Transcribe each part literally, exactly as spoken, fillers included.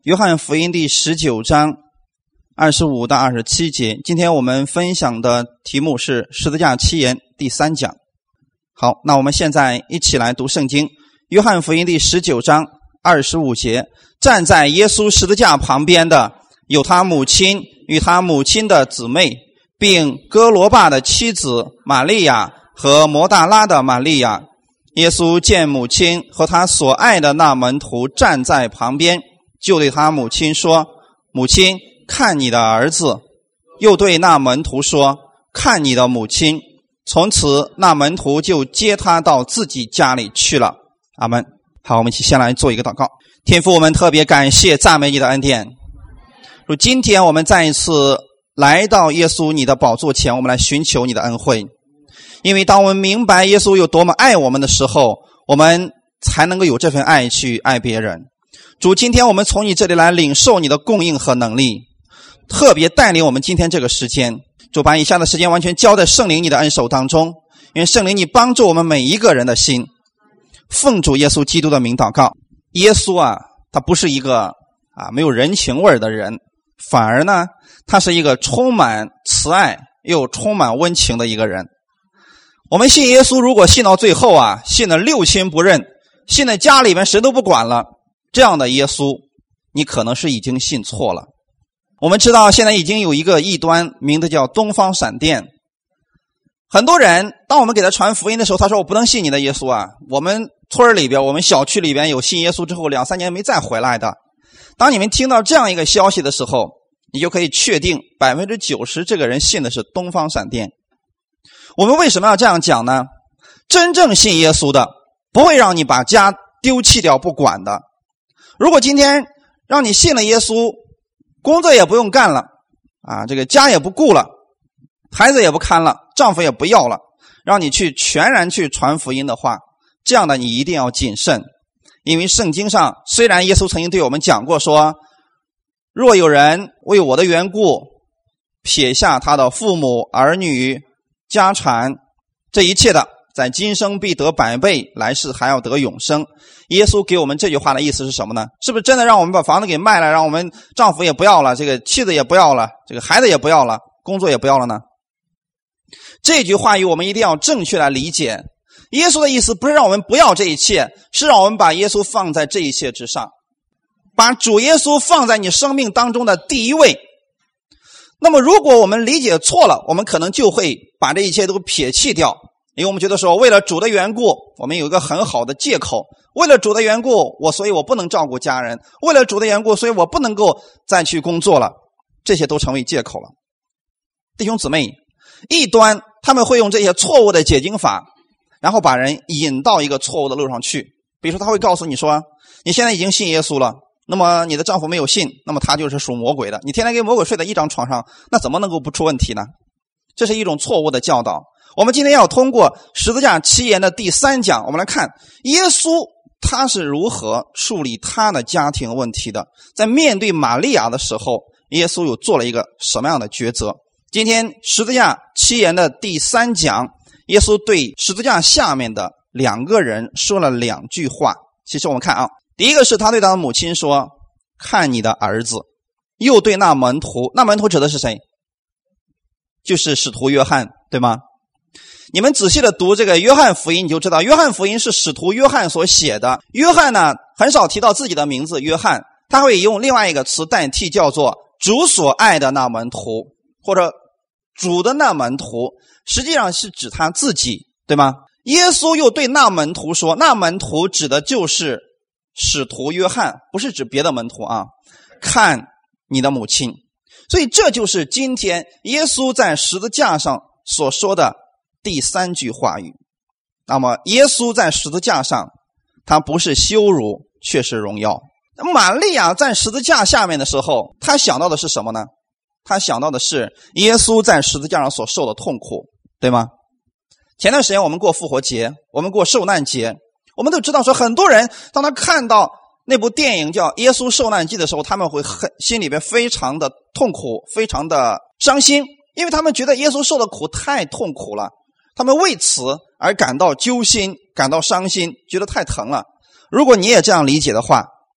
约翰福音第十九章二十五到二十七节，今天我们分享的题目是十字架七言第三讲。好，那我们现在一起来读圣经。约翰福音第十九章二十五节，站在耶稣十字架旁边的有他母亲与他母亲的姊妹，并哥罗巴的妻子玛利亚和摩大拉的玛利亚。耶稣见母亲和他所爱的那门徒站在旁边，就对他母亲说：母亲，看你的儿子。又对那门徒说：看你的母亲。从此那门徒就接他到自己家里去了。阿们。好，我们一起先来做一个祷告。天父，我们特别感谢赞美你的恩典。如今天我们再一次来到耶稣你的宝座前，我们来寻求你的恩惠。因为当我们明白耶稣有多么爱我们的时候，我们才能够有这份爱去爱别人。主，今天我们从你这里来领受你的供应和能力，特别带领我们今天这个时间。主，把以下的时间完全交在圣灵你的恩手当中，因为圣灵你帮助我们每一个人的心。奉主耶稣基督的名祷告。耶稣啊，他不是一个啊没有人情味的人，反而呢，他是一个充满慈爱又充满温情的一个人。我们信耶稣，如果信到最后啊，信得六亲不认，信得家里面谁都不管了，这样的耶稣你可能是已经信错了。我们知道现在已经有一个异端，名字叫东方闪电。很多人当我们给他传福音的时候，他说我不能信你的耶稣啊，我们村里边我们小区里边有信耶稣之后两三年没再回来的。当你们听到这样一个消息的时候，你就可以确定 百分之九十 这个人信的是东方闪电。我们为什么要这样讲呢？真正信耶稣的不会让你把家丢弃掉不管的。如果今天让你信了耶稣，工作也不用干了啊，这个家也不顾了，孩子也不看了，丈夫也不要了，让你去全然去传福音的话，这样的你一定要谨慎。因为圣经上虽然耶稣曾经对我们讲过说，若有人为我的缘故撇下他的父母儿女家产，这一切的在今生必得百倍，来世还要得永生。耶稣给我们这句话的意思是什么呢？是不是真的让我们把房子给卖了，让我们丈夫也不要了，这个妻子也不要了，这个孩子也不要了，工作也不要了呢？这句话语我们一定要正确来理解。耶稣的意思不是让我们不要这一切，是让我们把耶稣放在这一切之上，把主耶稣放在你生命当中的第一位。那么如果我们理解错了，我们可能就会把这一切都撇弃掉。因为我们觉得说，为了主的缘故，我们有一个很好的借口，为了主的缘故，我所以我不能照顾家人，为了主的缘故，所以我不能够再去工作了，这些都成为借口了。弟兄姊妹，异端他们会用这些错误的解经法，然后把人引到一个错误的路上去。比如说他会告诉你说，你现在已经信耶稣了，那么你的丈夫没有信，那么他就是属魔鬼的，你天天跟魔鬼睡在一张床上，那怎么能够不出问题呢？这是一种错误的教导。我们今天要通过十字架七言的第三讲，我们来看耶稣他是如何处理他的家庭问题的。在面对玛利亚的时候，耶稣又做了一个什么样的抉择？今天十字架七言的第三讲，耶稣对十字架下面的两个人说了两句话。其实我们看啊，第一个是他对他的母亲说，看你的儿子。又对那门徒，那门徒指的是谁？就是使徒约翰，对吗？你们仔细的读这个约翰福音，你就知道约翰福音是使徒约翰所写的。约翰呢，很少提到自己的名字约翰，他会用另外一个词代替，叫做主所爱的那门徒，或者主的那门徒，实际上是指他自己，对吗？耶稣又对那门徒说，那门徒指的就是使徒约翰，不是指别的门徒啊。看你的母亲。所以这就是今天耶稣在十字架上所说的第三句话语。那么耶稣在十字架上，他不是羞辱，却是荣耀。玛利亚在十字架下面的时候，他想到的是什么呢？他想到的是耶稣在十字架上所受的痛苦，对吗？前段时间我们过复活节，我们过受难节，我们都知道说，很多人当他看到那部电影叫《耶稣受难记》的时候，他们会很心里边非常的痛苦，非常的伤心，因为他们觉得耶稣受的苦太痛苦了，他们为此而感到揪心，感到伤心，觉得太疼了。如果你也这样理解的话，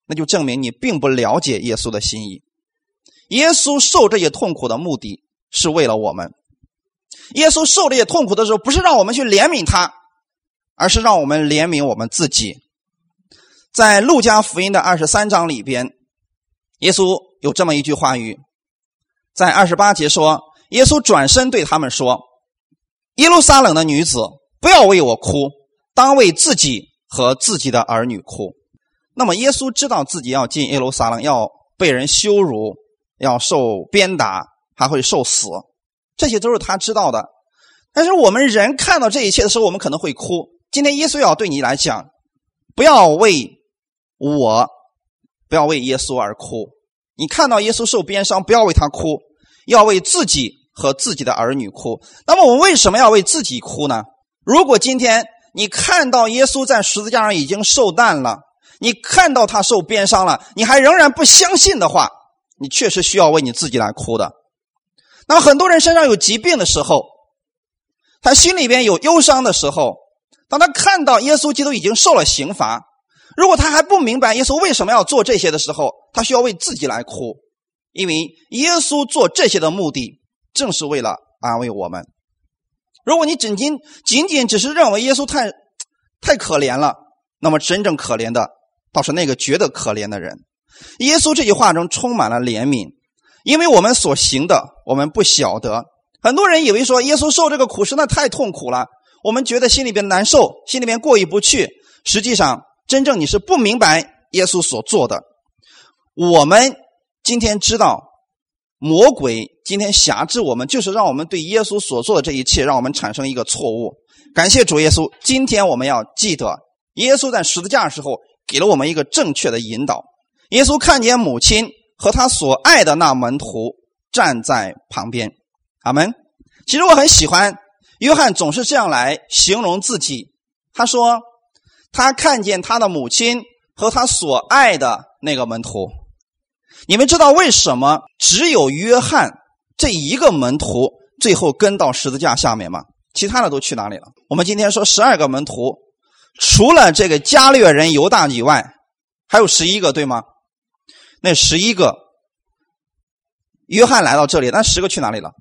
那就证明你并不了解耶稣的心意。耶稣受这些痛苦的目的是为了我们。耶稣受这些痛苦的时候，不是让我们去怜悯他，而是让我们怜悯我们自己。在路加福音的二十三章里边，耶稣有这么一句话语，在二十八节说，耶稣转身对他们说，耶路撒冷的女子，不要为我哭，当为自己和自己的儿女哭。那么耶稣知道自己要进耶路撒冷，要被人羞辱，要受鞭打，还会受死，这些都是他知道的。但是我们人看到这一切的时候，我们可能会哭。今天耶稣要对你来讲，不要为我，不要为耶稣而哭。你看到耶稣受鞭伤，不要为他哭，要为自己和自己的儿女哭。那么我们为什么要为自己哭呢？如果今天你看到耶稣在十字架上已经受难了，你看到他受鞭伤了，你还仍然不相信的话，你确实需要为你自己来哭的。那么很多人身上有疾病的时候，他心里边有忧伤的时候，当他看到耶稣基督已经受了刑罚，如果他还不明白耶稣为什么要做这些的时候，他需要为自己来哭。因为耶稣做这些的目的正是为了安慰我们。如果你仅仅仅仅只是认为耶稣太太可怜了，那么真正可怜的倒是那个觉得可怜的人。耶稣这句话中充满了怜悯，因为我们所行的我们不晓得。很多人以为说耶稣受这个苦实在太痛苦了，我们觉得心里边难受，心里边过意不去。实际上真正你是不明白耶稣所做的。我们今天知道魔鬼今天辖制我们，就是让我们对耶稣所做的这一切让我们产生一个错误。感谢主耶稣，今天我们要记得耶稣在十字架的时候给了我们一个正确的引导。耶稣看见母亲和他所爱的那门徒站在旁边。阿们。其实我很喜欢约翰总是这样来形容自己，他说他看见他的母亲和他所爱的那个门徒。你们知道为什么只有约翰这一个门徒最后跟到十字架下面吗？其他的都去哪里了？我们今天说十二个门徒，除了这个加略人犹大以外，还有十一个，对吗？那十一个约翰来到这里，那十个去哪里了？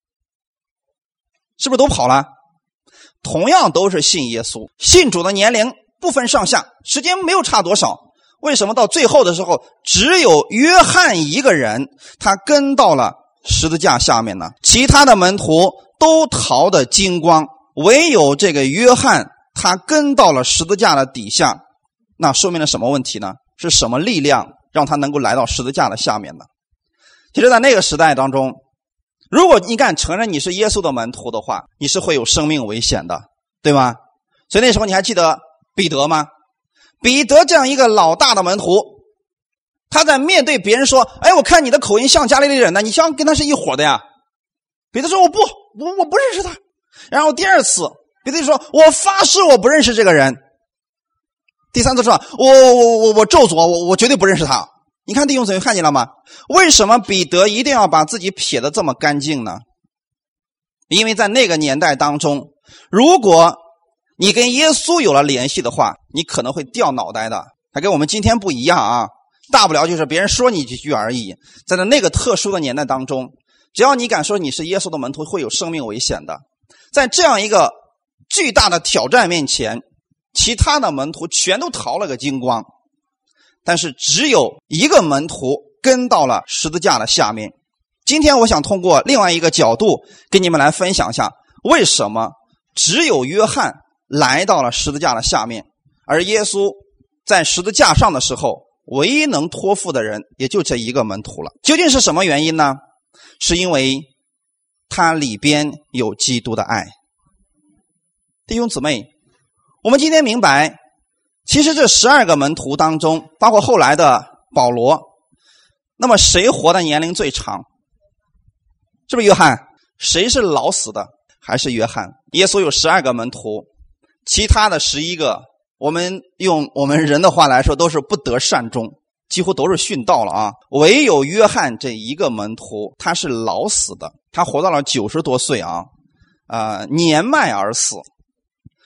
是不是都跑了？同样都是信耶稣，信主的年龄不分上下，时间没有差多少。为什么到最后的时候只有约翰一个人他跟到了十字架下面呢？其他的门徒都逃得精光，唯有这个约翰他跟到了十字架的底下。那说明了什么问题呢？是什么力量让他能够来到十字架的下面呢？其实在那个时代当中，如果你敢承认你是耶稣的门徒的话，你是会有生命危险的，对吗？所以那时候你还记得彼得吗？彼得这样一个老大的门徒，他在面对别人说，哎，我看你的口音像加利利人呢，你像跟他是一伙的呀。彼得说，我不我我不认识他。然后第二次彼得说，我发誓我不认识这个人。第三次说，我我我我咒诅我我绝对不认识他。你看弟兄姊妹看见了吗？为什么彼得一定要把自己撇得这么干净呢？因为在那个年代当中，如果你跟耶稣有了联系的话，你可能会掉脑袋的。还跟我们今天不一样啊，大不了就是别人说你几句而已。在那个特殊的年代当中，只要你敢说你是耶稣的门徒，会有生命危险的。在这样一个巨大的挑战面前，其他的门徒全都逃了个精光，但是只有一个门徒跟到了十字架的下面。今天我想通过另外一个角度跟你们来分享一下，为什么只有约翰来到了十字架的下面，而耶稣在十字架上的时候唯一能托付的人也就这一个门徒了。究竟是什么原因呢？是因为他里边有基督的爱。弟兄姊妹，我们今天明白，其实这十二个门徒当中，包括后来的保罗，那么谁活的年龄最长？是不是约翰？谁是老死的？还是约翰？耶稣有十二个门徒，其他的十一个，我们用我们人的话来说，都是不得善终，几乎都是殉道了啊。唯有约翰这一个门徒，他是老死的，他活到了九十多岁啊，呃，年迈而死。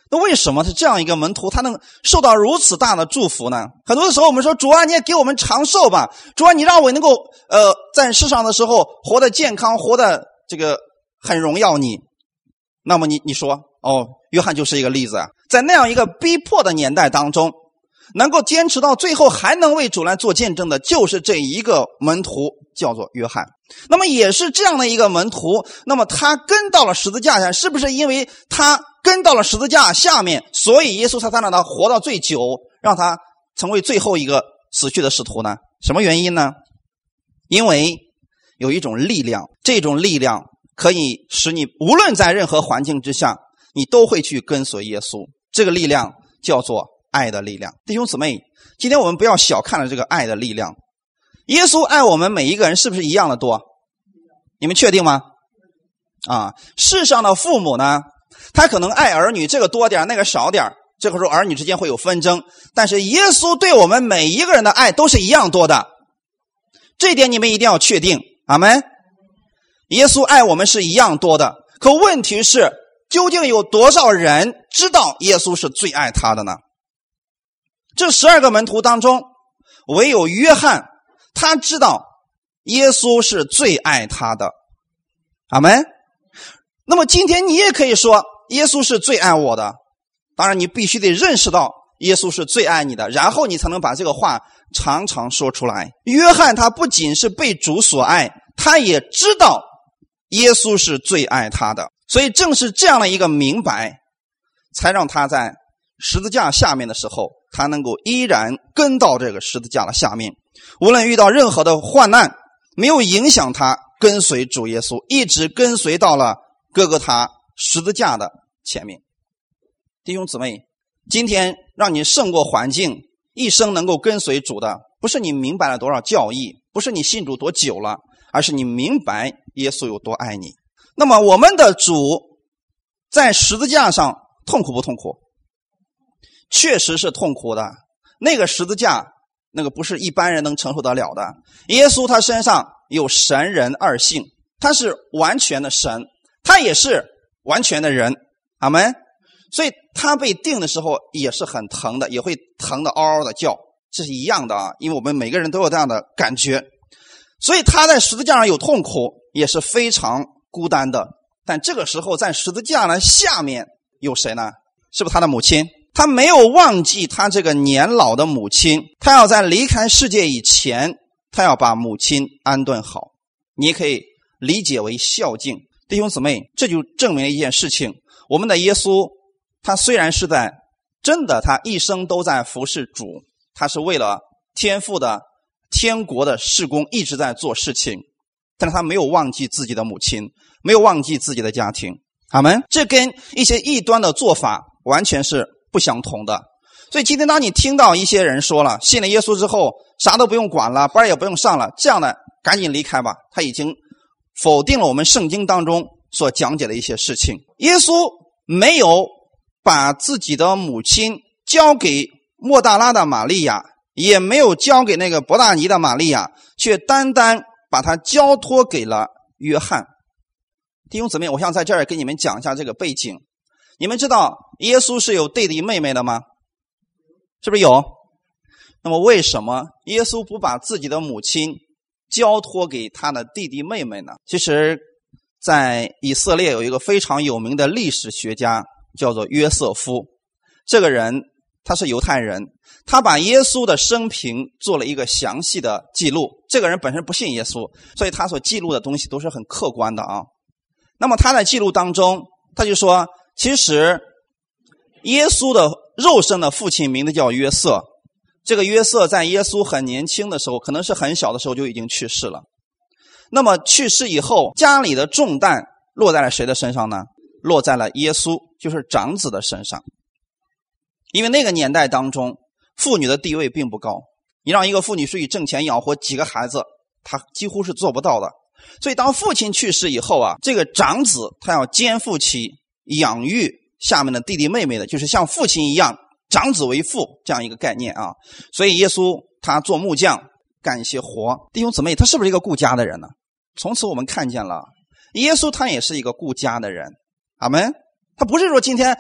那为什么是这样一个门徒他能受到如此大的祝福呢？很多的时候我们说，主啊，你也给我们长寿吧，主啊，你让我能够呃在世上的时候活得健康，活得这个很荣耀你。那么你你说，哦，约翰就是一个例子啊，在那样一个逼迫的年代当中，能够坚持到最后还能为主来做见证的，就是这一个门徒，叫做约翰。那么也是这样的一个门徒，那么他跟到了十字架上，是不是因为他跟到了十字架下面，所以耶稣才让他活到最久，让他成为最后一个死去的使徒呢？什么原因呢？因为有一种力量，这种力量可以使你无论在任何环境之下，你都会去跟随耶稣。这个力量叫做爱的力量。弟兄姊妹，今天我们不要小看了这个爱的力量。耶稣爱我们每一个人是不是一样的多？你们确定吗？啊，世上的父母呢，他可能爱儿女这个多点那个少点，这个时候儿女之间会有纷争，但是耶稣对我们每一个人的爱都是一样多的，这一点你们一定要确定。阿们。耶稣爱我们是一样多的，可问题是究竟有多少人知道耶稣是最爱他的呢？这十二个门徒当中，唯有约翰他知道耶稣是最爱他的。阿们。那么今天你也可以说耶稣是最爱我的，当然你必须得认识到耶稣是最爱你的，然后你才能把这个话常常说出来。约翰他不仅是被主所爱，他也知道耶稣是最爱他的，所以正是这样的一个明白，才让他在十字架下面的时候，他能够依然跟到这个十字架的下面，无论遇到任何的患难，没有影响他跟随主耶稣，一直跟随到了哥哥他十字架的前面。弟兄姊妹，今天让你胜过环境，一生能够跟随主的，不是你明白了多少教义，不是你信主多久了，而是你明白耶稣有多爱你。那么我们的主在十字架上痛苦不痛苦？确实是痛苦的，那个十字架那个不是一般人能承受得了的。耶稣他身上有神人二性，他是完全的神，他也是完全的人。阿们。所以他被钉的时候也是很疼的，也会疼的嗷嗷的叫，这是一样的啊，因为我们每个人都有这样的感觉。所以他在十字架上有痛苦，也是非常孤单的。但这个时候在十字架呢下面有谁呢？是不是他的母亲？他没有忘记他这个年老的母亲，他要在离开世界以前，他要把母亲安顿好。你也可以理解为孝敬。弟兄姊妹，这就证明了一件事情，我们的耶稣他虽然是在真的他一生都在服侍主，他是为了天父的天国的事工一直在做事情，但是他没有忘记自己的母亲，没有忘记自己的家庭。阿们。这跟一些异端的做法完全是不相同的。所以今天当你听到一些人说了信了耶稣之后啥都不用管了，班也不用上了，这样的赶紧离开吧，他已经否定了我们圣经当中所讲解的一些事情。耶稣没有把自己的母亲交给莫大拉的玛利亚，也没有交给那个伯大尼的玛利亚，却单单把他交托给了约翰。弟兄姊妹，我想在这儿给你们讲一下这个背景。你们知道耶稣是有弟弟妹妹的吗？是不是有？那么为什么耶稣不把自己的母亲交托给他的弟弟妹妹呢？其实在以色列有一个非常有名的历史学家叫做约瑟夫，这个人他是犹太人，他把耶稣的生平做了一个详细的记录。这个人本身不信耶稣，所以他所记录的东西都是很客观的啊。那么他在记录当中他就说，其实耶稣的肉身的父亲名字叫约瑟，这个约瑟在耶稣很年轻的时候，可能是很小的时候就已经去世了。那么去世以后，家里的重担落在了谁的身上呢？落在了耶稣，就是长子的身上。因为那个年代当中妇女的地位并不高，你让一个妇女出去挣钱养活几个孩子，她几乎是做不到的。所以当父亲去世以后啊，这个长子他要肩负起养育下面的弟弟妹妹的，就是像父亲一样长子为父这样一个概念啊。所以耶稣他做木匠干一些活。弟兄姊妹，他是不是一个顾家的人呢？从此我们看见了耶稣他也是一个顾家的人。阿们。他不是说今天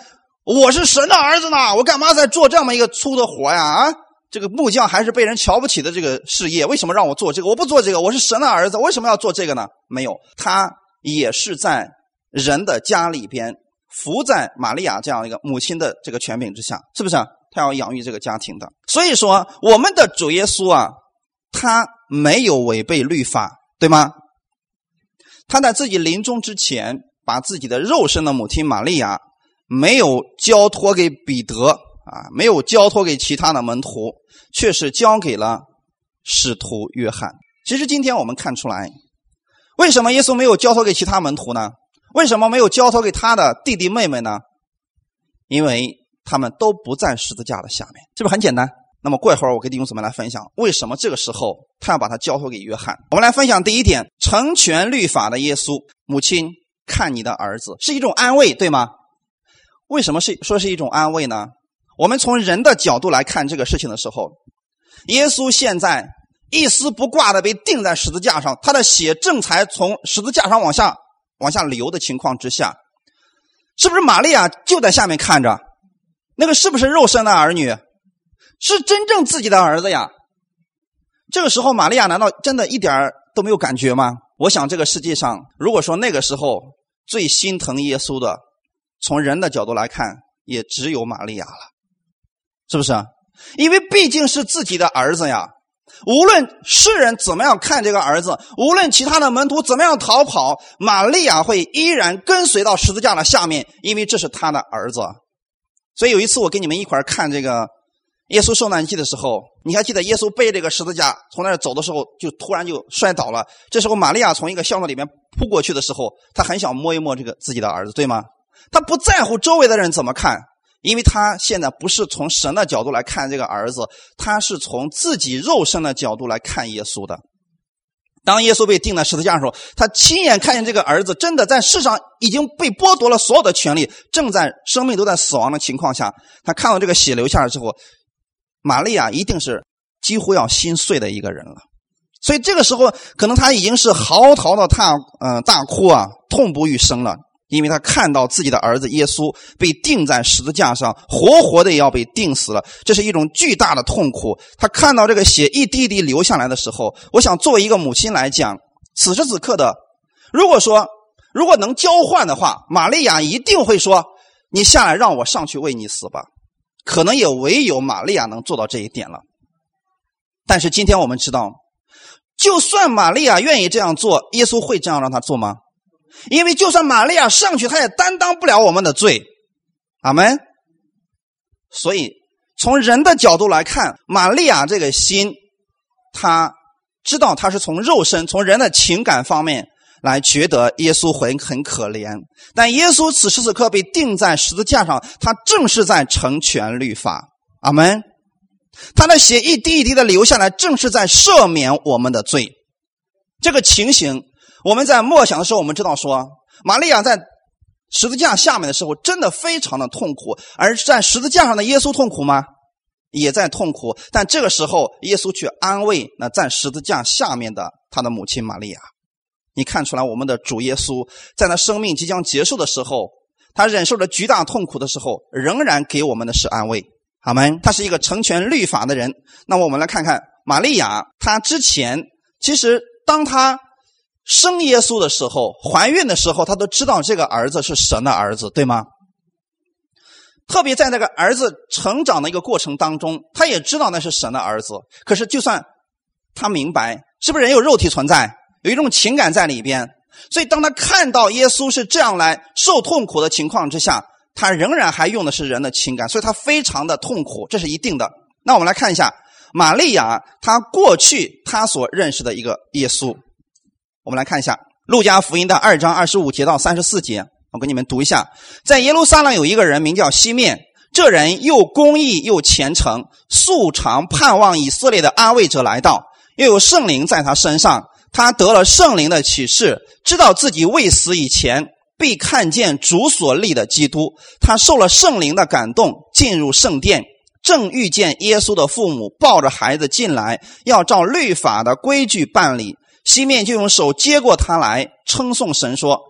我是神的儿子呢，我干嘛在做这么一个粗的活呀？啊，这个木匠还是被人瞧不起的这个事业，为什么让我做这个？我不做这个，我是神的儿子，为什么要做这个呢？没有，他也是在人的家里边服在玛利亚这样一个母亲的这个权柄之下，是不是？他要养育这个家庭的。所以说我们的主耶稣啊，他没有违背律法，对吗？他在自己临终之前，把自己的肉身的母亲玛利亚没有交托给彼得啊，没有交托给其他的门徒，却是交给了使徒约翰。其实今天我们看出来，为什么耶稣没有交托给其他门徒呢？为什么没有交托给他的弟弟妹妹呢？因为他们都不在十字架的下面，是不是很简单？那么过一会儿我跟弟兄姊妹来分享，为什么这个时候他要把他交托给约翰。我们来分享第一点，成全律法的耶稣，母亲看你的儿子，是一种安慰，对吗？为什么是说是一种安慰呢？我们从人的角度来看这个事情的时候，耶稣现在一丝不挂的被钉在十字架上，他的血正才从十字架上往下往下流的情况之下，是不是玛利亚就在下面看着？那个是不是肉身的儿女？是真正自己的儿子呀。这个时候玛利亚难道真的一点都没有感觉吗？我想这个世界上，如果说那个时候最心疼耶稣的，从人的角度来看也只有玛利亚了，是不是？因为毕竟是自己的儿子呀，无论世人怎么样看这个儿子，无论其他的门徒怎么样逃跑，玛利亚会依然跟随到十字架的下面，因为这是他的儿子。所以有一次我跟你们一块看这个耶稣受难记的时候，你还记得耶稣背这个十字架从那儿走的时候就突然就摔倒了，这时候玛利亚从一个巷子里面扑过去的时候，他很想摸一摸这个自己的儿子，对吗？他不在乎周围的人怎么看，因为他现在不是从神的角度来看这个儿子，他是从自己肉身的角度来看耶稣的。当耶稣被钉在十字架的时候，他亲眼看见这个儿子真的在世上已经被剥夺了所有的权利，正在生命都在死亡的情况下，他看到这个血流下来之后，玛利亚一定是几乎要心碎的一个人了。所以这个时候可能他已经是嚎啕的大呃大哭啊，痛不欲生了，因为他看到自己的儿子耶稣被钉在十字架上，活活的也要被钉死了，这是一种巨大的痛苦。他看到这个血一滴一滴流下来的时候，我想作为一个母亲来讲，此时此刻的，如果说如果能交换的话，玛利亚一定会说，你下来让我上去为你死吧。可能也唯有玛利亚能做到这一点了。但是今天我们知道，就算玛利亚愿意这样做，耶稣会这样让他做吗？因为就算玛利亚上去，他也担当不了我们的罪。阿们。所以从人的角度来看，玛利亚这个心，他知道他是从肉身从人的情感方面来觉得耶稣很很可怜，但耶稣此时此刻被钉在十字架上，他正是在成全律法。阿们。他的血一滴一滴的流下来，正是在赦免我们的罪。这个情形我们在默想的时候，我们知道说，玛利亚在十字架下面的时候真的非常的痛苦，而在十字架上的耶稣痛苦吗？也在痛苦，但这个时候耶稣去安慰那在十字架下面的他的母亲玛利亚。你看出来我们的主耶稣在他生命即将结束的时候，他忍受着巨大痛苦的时候，仍然给我们的是安慰。阿们。他是一个成全律法的人。那么我们来看看玛利亚，她之前其实当她生耶稣的时候，怀孕的时候，她都知道这个儿子是神的儿子，对吗？特别在那个儿子成长的一个过程当中，她也知道那是神的儿子。可是就算她明白，是不是人有肉体存在，有一种情感在里边，所以当她看到耶稣是这样来受痛苦的情况之下，他仍然还用的是人的情感，所以他非常的痛苦，这是一定的。那我们来看一下玛利亚她过去她所认识的一个耶稣。我们来看一下路加福音的二章二十五节到三十四节，我给你们读一下。在耶路撒冷有一个人名叫西面，这人又公义又虔诚，素常盼望以色列的安慰者来到，又有圣灵在他身上，他得了圣灵的启示，知道自己未死以前必看见主所立的基督。他受了圣灵的感动，进入圣殿，正遇见耶稣的父母抱着孩子进来，要照律法的规矩办理。西面就用手接过他来，称颂神说，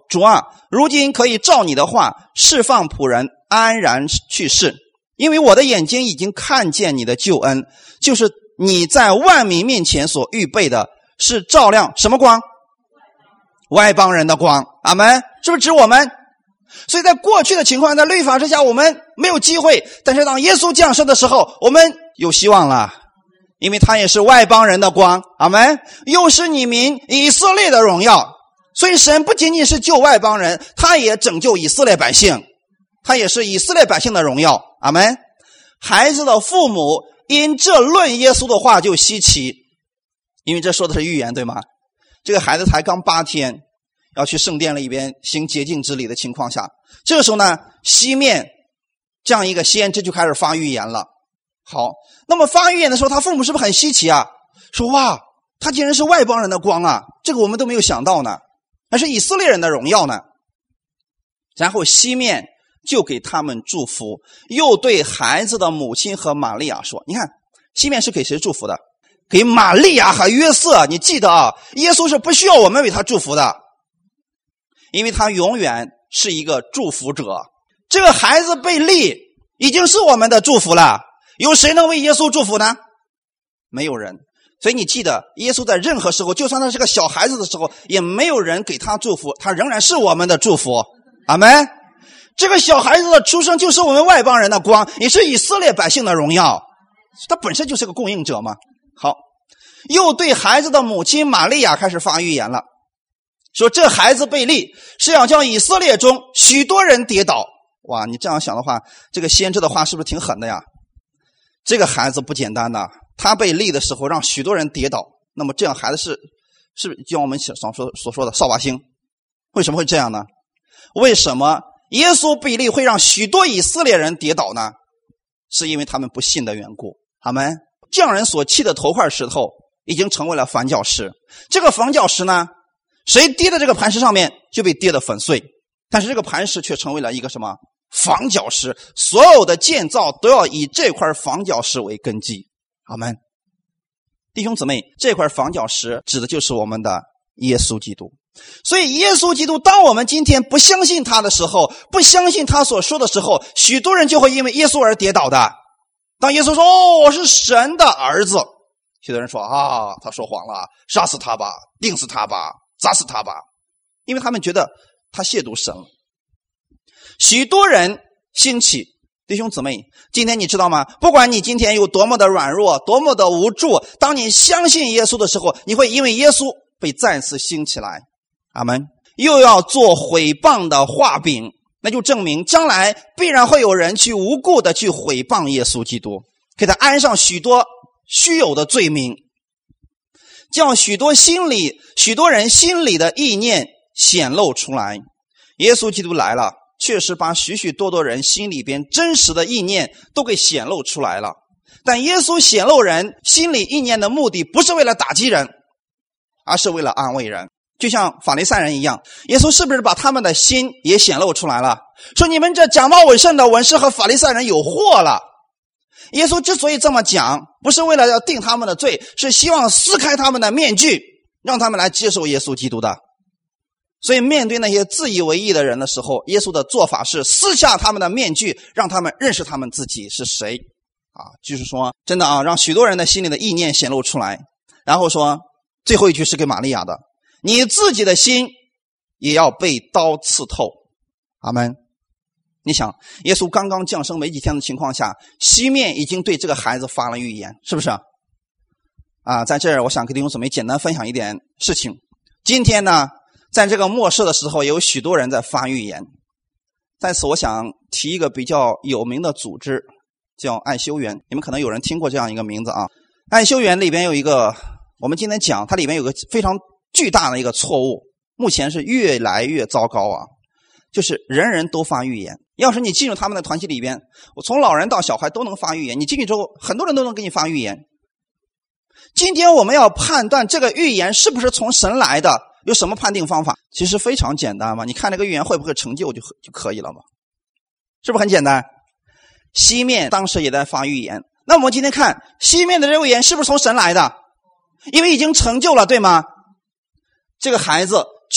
主啊，如今可以照你的话释放仆人安然去世，因为我的眼睛已经看见你的救恩，就是你在万民面前所预备的，是照亮什么光？外邦人的光。阿们，是不是指我们？所以在过去的情况，在律法之下我们没有机会，但是当耶稣降生的时候，我们有希望了，因为他也是外邦人的光。阿们，又是你民以色列的荣耀。所以神不仅仅是救外邦人，他也拯救以色列百姓，他也是以色列百姓的荣耀。阿们。孩子的父母因这论耶稣的话就稀奇，因为这说的是预言，对吗？这个孩子才刚八天，要去圣殿里边行洁净之礼的情况下，这个时候呢，西面这样一个先知就开始发预言了。好，那么发预言的时候，他父母是不是很稀奇啊？说哇，他竟然是外邦人的光啊，这个我们都没有想到呢，还是以色列人的荣耀呢。然后西面就给他们祝福，又对孩子的母亲和玛利亚说，你看西面是给谁祝福的？给玛利亚和约瑟。你记得啊，耶稣是不需要我们为他祝福的，因为他永远是一个祝福者。这个孩子被立已经是我们的祝福了，有谁能为耶稣祝福呢？没有人。所以你记得，耶稣在任何时候，就算他是个小孩子的时候，也没有人给他祝福，他仍然是我们的祝福。阿们。这个小孩子的出生就是我们外邦人的光，也是以色列百姓的荣耀，他本身就是个供应者嘛。好，又对孩子的母亲玛利亚开始发预言了，说这孩子被立是要叫以色列中许多人跌倒。哇，你这样想的话，这个先知的话是不是挺狠的呀？这个孩子不简单的，他被立的时候让许多人跌倒，那么这样孩子是是不是就像我们所说所说的扫把星？为什么会这样呢？为什么耶稣被立会让许多以色列人跌倒呢？是因为他们不信的缘故。阿们。匠人所砌的头块石头已经成为了房角石，这个房角石呢，谁跌在这个磐石上面就被跌得粉碎，但是这个磐石却成为了一个什么？房角石，所有的建造都要以这块房角石为根基。阿们。弟兄姊妹，这块房角石指的就是我们的耶稣基督。所以耶稣基督，当我们今天不相信他的时候，不相信他所说的时候，许多人就会因为耶稣而跌倒的。当耶稣说哦，我是神的儿子，许多人说啊，他说谎了，杀死他吧，钉死他吧，砸死他吧，因为他们觉得他亵渎神了。许多人兴起，弟兄姊妹，今天你知道吗？不管你今天有多么的软弱，多么的无助，当你相信耶稣的时候，你会因为耶稣被再次兴起来。阿们。又要做毁谤的话柄，那就证明将来必然会有人去无故的去毁谤耶稣基督，给他安上许多虚有的罪名，叫许多心里许多人心里的意念显露出来。耶稣基督来了，确实把许许多多人心里边真实的意念都给显露出来了。但耶稣显露人心里意念的目的不是为了打击人，而是为了安慰人。就像法利赛人一样，耶稣是不是把他们的心也显露出来了？说你们这假冒伪善的文士和法利赛人有祸了。耶稣之所以这么讲，不是为了要定他们的罪，是希望撕开他们的面具，让他们来接受耶稣基督的。所以面对那些自以为义的人的时候，耶稣的做法是撕下他们的面具，让他们认识他们自己是谁啊，就是说真的啊，让许多人的心里的意念显露出来。然后说最后一句是给玛利亚的，你自己的心也要被刀刺透。阿们。你想耶稣刚刚降生没几天的情况下，西面已经对这个孩子发了预言，是不是啊？在这儿我想给弟兄姊妹简单分享一点事情。今天呢，在这个末世的时候，有许多人在发预言。在此我想提一个比较有名的组织，叫爱修园。你们可能有人听过这样一个名字啊。爱修园里边有一个，我们今天讲它里边有个非常巨大的一个错误，目前是越来越糟糕啊，就是人人都发预言。要是你进入他们的团体里边，我从老人到小孩都能发预言，你进去之后很多人都能给你发预言。今天我们要判断这个预言是不是从神来的，有什么判定方法？其实非常简单嘛，你看这个预言会不会成就就就可以了嘛，是不是很简单？西面当时也在发预言，那我们今天看西面的这个预言是不是从神来的？因为已经成就了，对吗？这个孩子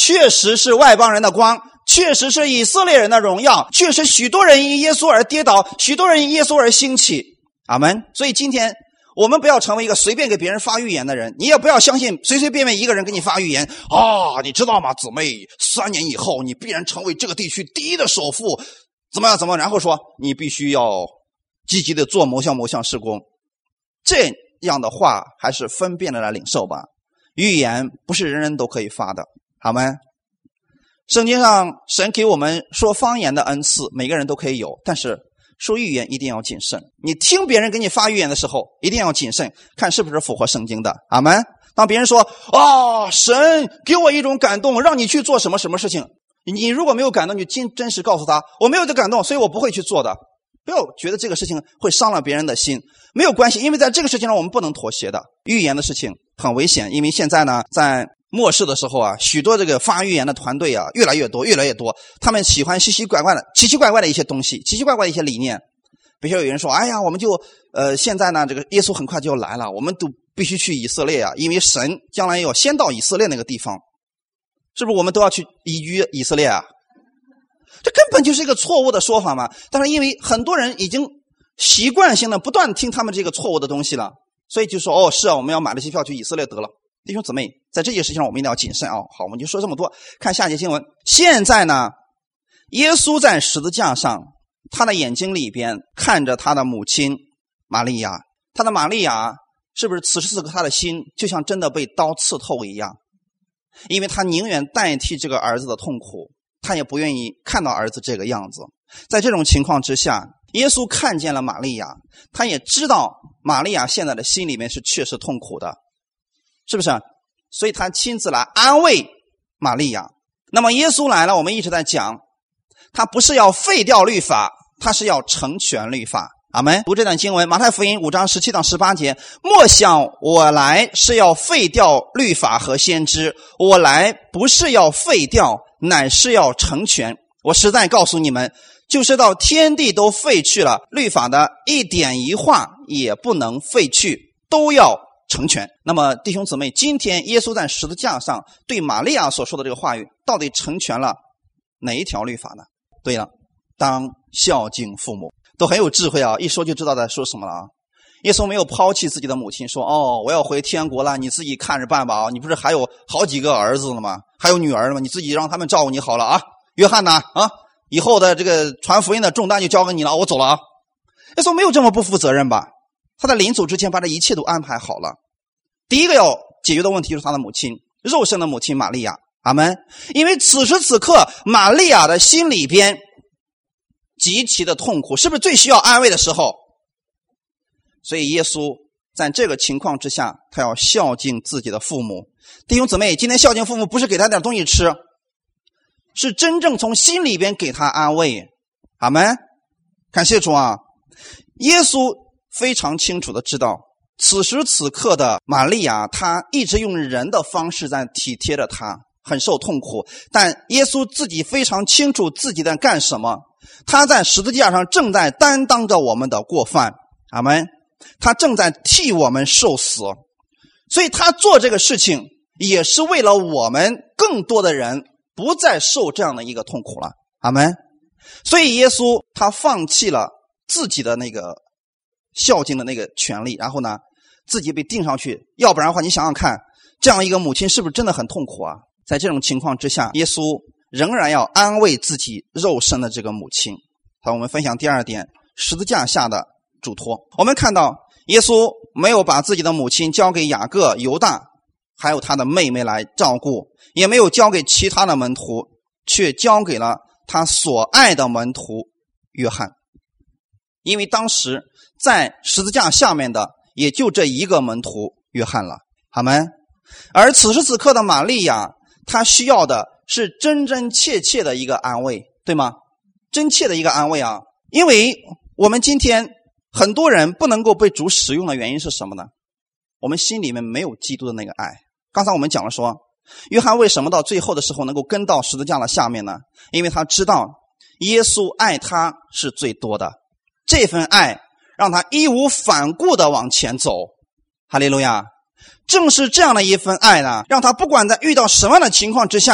确实是外邦人的光，确实是以色列人的荣耀，确实许多人因耶稣而跌倒，许多人因耶稣而兴起。阿们。所以今天我们不要成为一个随便给别人发预言的人，你也不要相信随随便便一个人给你发预言啊，你知道吗，姊妹，三年以后你必然成为这个地区第一的首富，怎么样怎么样，然后说你必须要积极的做某项某项事工。这样的话还是分辨的来领受吧。预言不是人人都可以发的，好吗？圣经上神给我们说方言的恩赐，每个人都可以有，但是说预言一定要谨慎。你听别人给你发预言的时候一定要谨慎，看是不是符合圣经的。阿们。当别人说啊、哦，神给我一种感动让你去做什么什么事情，你如果没有感动，你真真实告诉他我没有这感动，所以我不会去做的。不要觉得这个事情会伤了别人的心，没有关系，因为在这个事情上我们不能妥协的。预言的事情很危险，因为现在呢在末世的时候啊，许多这个发预言的团队啊越来越多越来越多，他们喜欢奇奇怪怪的奇奇怪怪的一些东西，奇奇怪怪的一些理念。比如有人说哎呀，我们就呃现在呢这个耶稣很快就要来了，我们都必须去以色列啊，因为神将来要先到以色列那个地方，是不是我们都要去移居以色列啊？这根本就是一个错误的说法嘛。但是因为很多人已经习惯性的不断听他们这个错误的东西了，所以就说哦是啊，我们要买了机票去以色列得了。弟兄姊妹，在这件事情上我们一定要谨慎啊、哦。好，我们就说这么多，看下节经文。现在呢，耶稣在十字架上，他的眼睛里边看着他的母亲玛利亚，他的玛利亚是不是此时此刻他的心就像真的被刀刺透一样？因为他宁愿代替这个儿子的痛苦，他也不愿意看到儿子这个样子。在这种情况之下，耶稣看见了玛利亚，他也知道玛利亚现在的心里面是确实痛苦的，是不是？所以他亲自来安慰玛利亚。那么耶稣来了，我们一直在讲，他不是要废掉律法，他是要成全律法。阿们。读这段经文，马太福音五章十七到十八节，莫想我来是要废掉律法和先知，我来不是要废掉，乃是要成全。我实在告诉你们，就是到天地都废去了，律法的一点一画也不能废去，都要成全。那么弟兄姊妹，今天耶稣在十字架上对玛利亚所说的这个话语，到底成全了哪一条律法呢？对了，当孝敬父母。都很有智慧啊，一说就知道在说什么了啊。耶稣没有抛弃自己的母亲，说哦我要回天国了，你自己看着办吧啊，你不是还有好几个儿子了吗？还有女儿了吗？你自己让他们照顾你好了啊。约翰呢啊，以后的这个传福音的重担就交给你了，我走了啊。耶稣没有这么不负责任吧？他在临走之前把这一切都安排好了。第一个要解决的问题就是他的母亲，肉身的母亲玛利亚。阿们。因为此时此刻玛利亚的心里边极其的痛苦，是不是最需要安慰的时候？所以耶稣在这个情况之下，他要孝敬自己的父母。弟兄姊妹，今天孝敬父母不是给他点东西吃，是真正从心里边给他安慰。阿们。感谢主啊！耶稣非常清楚的知道，此时此刻的玛利亚，她一直用人的方式在体贴着他，很受痛苦。但耶稣自己非常清楚自己在干什么，他在十字架上正在担当着我们的过犯。阿们。他正在替我们受死，所以他做这个事情也是为了我们更多的人不再受这样的一个痛苦了。阿们。所以耶稣他放弃了自己的那个孝敬的那个权利，然后呢自己被钉上去，要不然的话你想想看，这样一个母亲是不是真的很痛苦啊？在这种情况之下，耶稣仍然要安慰自己肉身的这个母亲。好，我们分享第二点，十字架下的嘱托。我们看到耶稣没有把自己的母亲交给雅各、犹大还有他的妹妹来照顾，也没有交给其他的门徒，却交给了他所爱的门徒约翰。因为当时在十字架下面的也就这一个门徒约翰了。阿们。而此时此刻的玛利亚，她需要的是真真切切的一个安慰，对吗？真切的一个安慰啊！因为我们今天很多人不能够被主使用的原因是什么呢？我们心里面没有基督的那个爱。刚才我们讲了说，约翰为什么到最后的时候能够跟到十字架的下面呢？因为他知道耶稣爱他是最多的，这份爱让他义无反顾的往前走。哈利路亚！正是这样的一份爱呢，让他不管在遇到什么样的情况之下，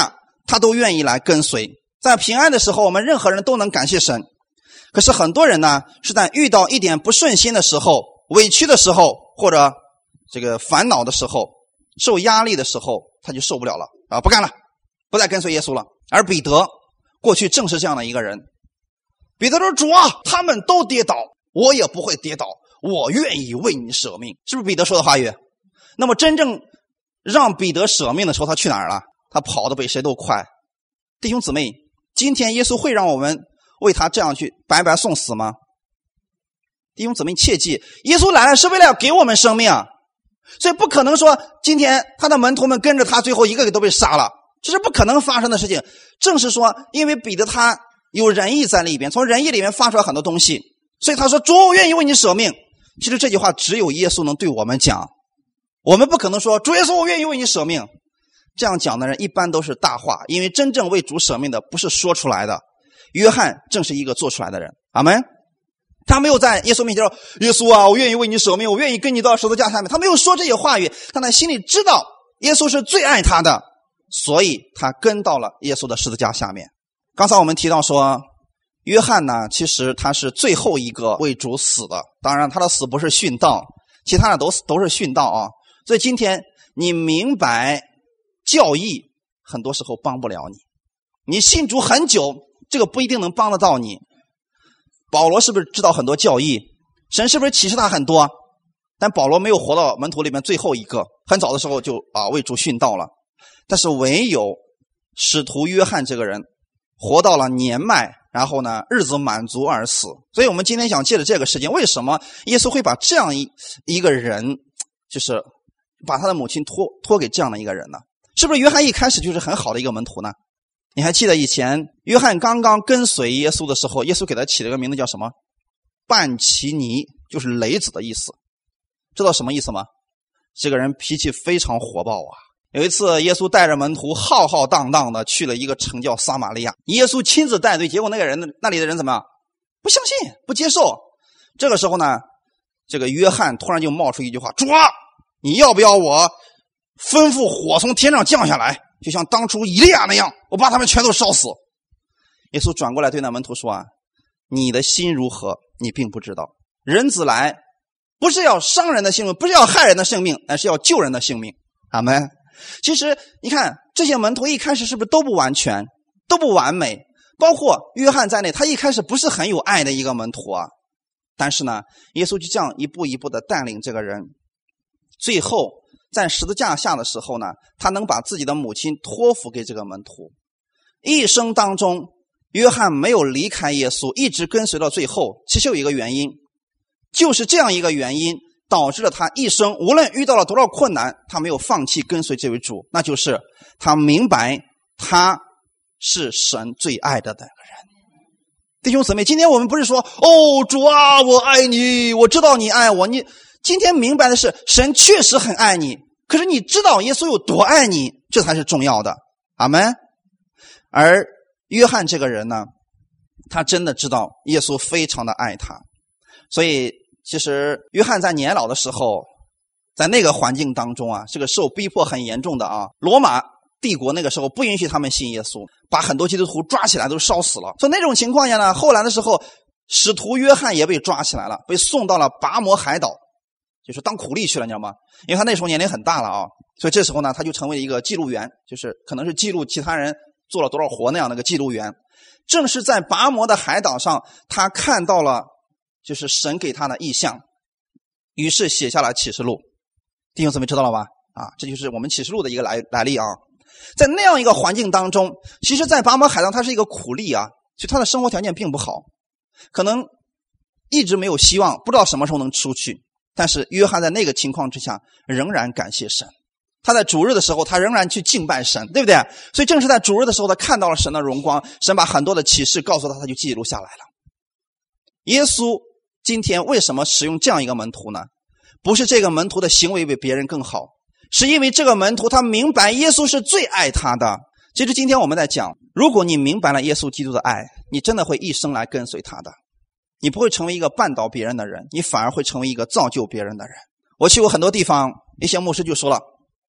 他都愿意来跟随。在平安的时候，我们任何人都能感谢神。可是很多人呢，是在遇到一点不顺心的时候、委屈的时候，或者这个烦恼的时候、受压力的时候，他就受不了了啊，不干了，不再跟随耶稣了。而彼得过去正是这样的一个人。彼得说：“主啊，他们都跌倒，我也不会跌倒，我愿意为你舍命。”是不是彼得说的话语？那么真正让彼得舍命的时候，他去哪儿了？他跑得比谁都快。弟兄姊妹，今天耶稣会让我们为他这样去白白送死吗？弟兄姊妹切记，耶稣来了是为了要给我们生命啊，所以不可能说今天他的门徒们跟着他，最后一个个都被杀了，这是不可能发生的事情。正是说，因为彼得他有仁义在里边，从仁义里面发出来很多东西，所以他说：“主，我愿意为你舍命。”其实这句话只有耶稣能对我们讲，我们不可能说：“主耶稣，我愿意为你舍命。”这样讲的人一般都是大话，因为真正为主舍命的不是说出来的。约翰正是一个做出来的人，阿们。他没有在耶稣面前说：“耶稣啊，我愿意为你舍命，我愿意跟你到十字架下面。”他没有说这些话语，但他心里知道耶稣是最爱他的，所以他跟到了耶稣的十字架下面。刚才我们提到说，约翰呢，其实他是最后一个为主死的，当然他的死不是殉道，其他的都都是殉道啊。所以今天你明白教义，很多时候帮不了你。你信主很久，这个不一定能帮得到你。保罗是不是知道很多教义？神是不是启示他很多？但保罗没有活到门徒里面最后一个，很早的时候就啊为主殉道了。但是唯有使徒约翰这个人活到了年迈，然后呢日子满足而死。所以我们今天想借着这个事件，为什么耶稣会把这样一一个人，就是把他的母亲托托给这样的一个人呢？是不是约翰一开始就是很好的一个门徒呢？你还记得以前约翰刚刚跟随耶稣的时候，耶稣给他起了个名字叫什么？半奇尼，就是雷子的意思。知道什么意思吗？这个人脾气非常火爆啊。有一次耶稣带着门徒浩浩荡荡的去了一个城叫撒玛利亚，耶稣亲自带队，结果那个人那里的人怎么样？不相信，不接受。这个时候呢，这个约翰突然就冒出一句话：“主啊，你要不要我吩咐火从天上降下来，就像当初以利亚那样，我把他们全都烧死。”耶稣转过来对那门徒说：“啊，你的心如何，你并不知道。人子来不是要伤人的性命，不是要害人的性命，而是要救人的性命。”阿们。其实你看这些门徒一开始是不是都不完全，都不完美，包括约翰在内，他一开始不是很有爱的一个门徒啊。但是呢，耶稣就这样一步一步的带领这个人，最后在十字架下的时候呢，他能把自己的母亲托付给这个门徒。一生当中约翰没有离开耶稣，一直跟随到最后，其实有一个原因，就是这样一个原因导致了他一生无论遇到了多少困难，他没有放弃跟随这位主，那就是他明白他是神最爱的那个人。弟兄姊妹，今天我们不是说哦主啊我爱你，我知道你爱我，你今天明白的是神确实很爱你，可是你知道耶稣有多爱你，这才是重要的。阿们。而约翰这个人呢，他真的知道耶稣非常的爱他，所以其实约翰在年老的时候，在那个环境当中啊，这个受逼迫很严重的啊。罗马帝国那个时候不允许他们信耶稣，把很多基督徒抓起来都烧死了。所以那种情况下呢，后来的时候使徒约翰也被抓起来了，被送到了拔摩海岛，就是当苦力去了，你知道吗？因为他那时候年龄很大了啊，所以这时候呢他就成为一个记录员，就是可能是记录其他人做了多少活那样的一个记录员。正是在拔摩的海岛上，他看到了就是神给他的异象，于是写下了启示录。弟兄姊妹知道了吧？啊，这就是我们启示录的一个来来历啊。在那样一个环境当中，其实在拔摩海上他是一个苦力啊，所以他的生活条件并不好，可能一直没有希望，不知道什么时候能出去。但是约翰在那个情况之下仍然感谢神，他在主日的时候他仍然去敬拜神，对不对？所以正是在主日的时候他看到了神的荣光，神把很多的启示告诉他，他就记录下来了。耶稣今天为什么使用这样一个门徒呢？不是这个门徒的行为比别人更好，是因为这个门徒他明白耶稣是最爱他的。其实今天我们在讲，如果你明白了耶稣基督的爱，你真的会一生来跟随他的，你不会成为一个绊倒别人的人，你反而会成为一个造就别人的人。我去过很多地方，一些牧师就说了，